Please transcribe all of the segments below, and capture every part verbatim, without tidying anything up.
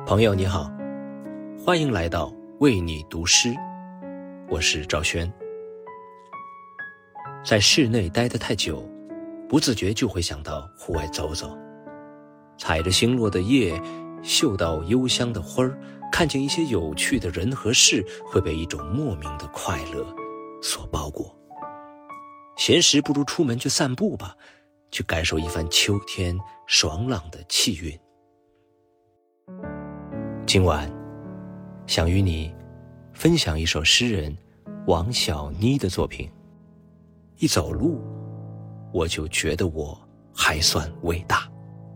朋友你好，欢迎来到为你读诗，我是赵轩。在室内待得太久，不自觉就会想到户外走走，踩着星落的叶，嗅到幽香的花儿，看见一些有趣的人和事，会被一种莫名的快乐所包裹。闲时不如出门去散步吧，去感受一番秋天爽朗的气韵。今晚想与你分享一首诗人王小妮的作品。一走路我就觉得我还算伟大。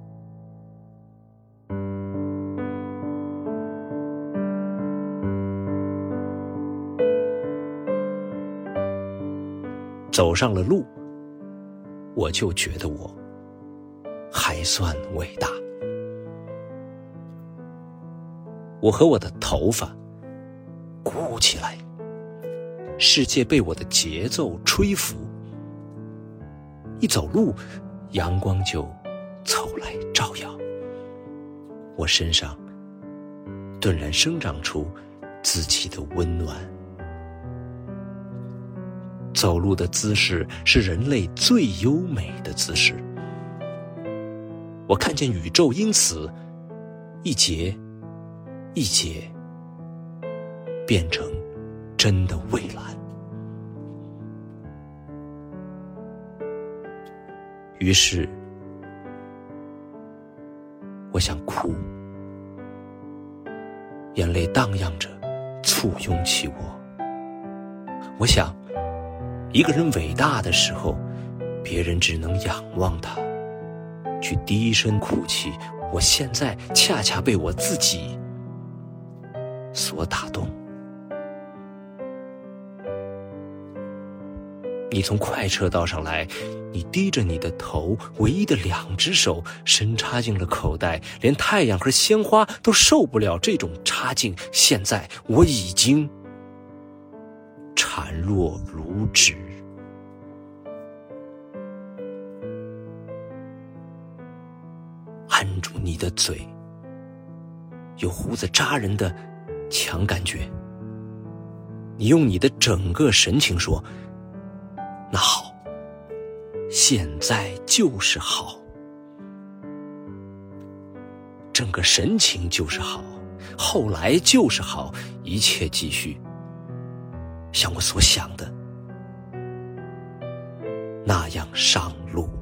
走上了路，我就觉得我还算伟大。我和我的头发鼓舞起来，世界被我的节奏吹拂。一走路，阳光就凑来照耀，我身上顿然生长出自己的温暖。走路的姿势是人类最优美的姿势。我看见宇宙因此一节一节变成真的蔚蓝。于是我想哭，眼泪荡漾着簇拥起我。我想一个人伟大的时候，别人只能仰望他，去低声哭泣。我现在恰恰被我自己所打动。你从快车道上来，你低着你的头，唯一的两只手伸插进了口袋，连太阳和鲜花都受不了这种插进。现在我已经孱弱如纸。按住你的嘴，有胡子扎人的强感觉。你用你的整个神情说，那好，现在就是好。整个神情就是好，后来就是好，一切继续像我所想的那样上路。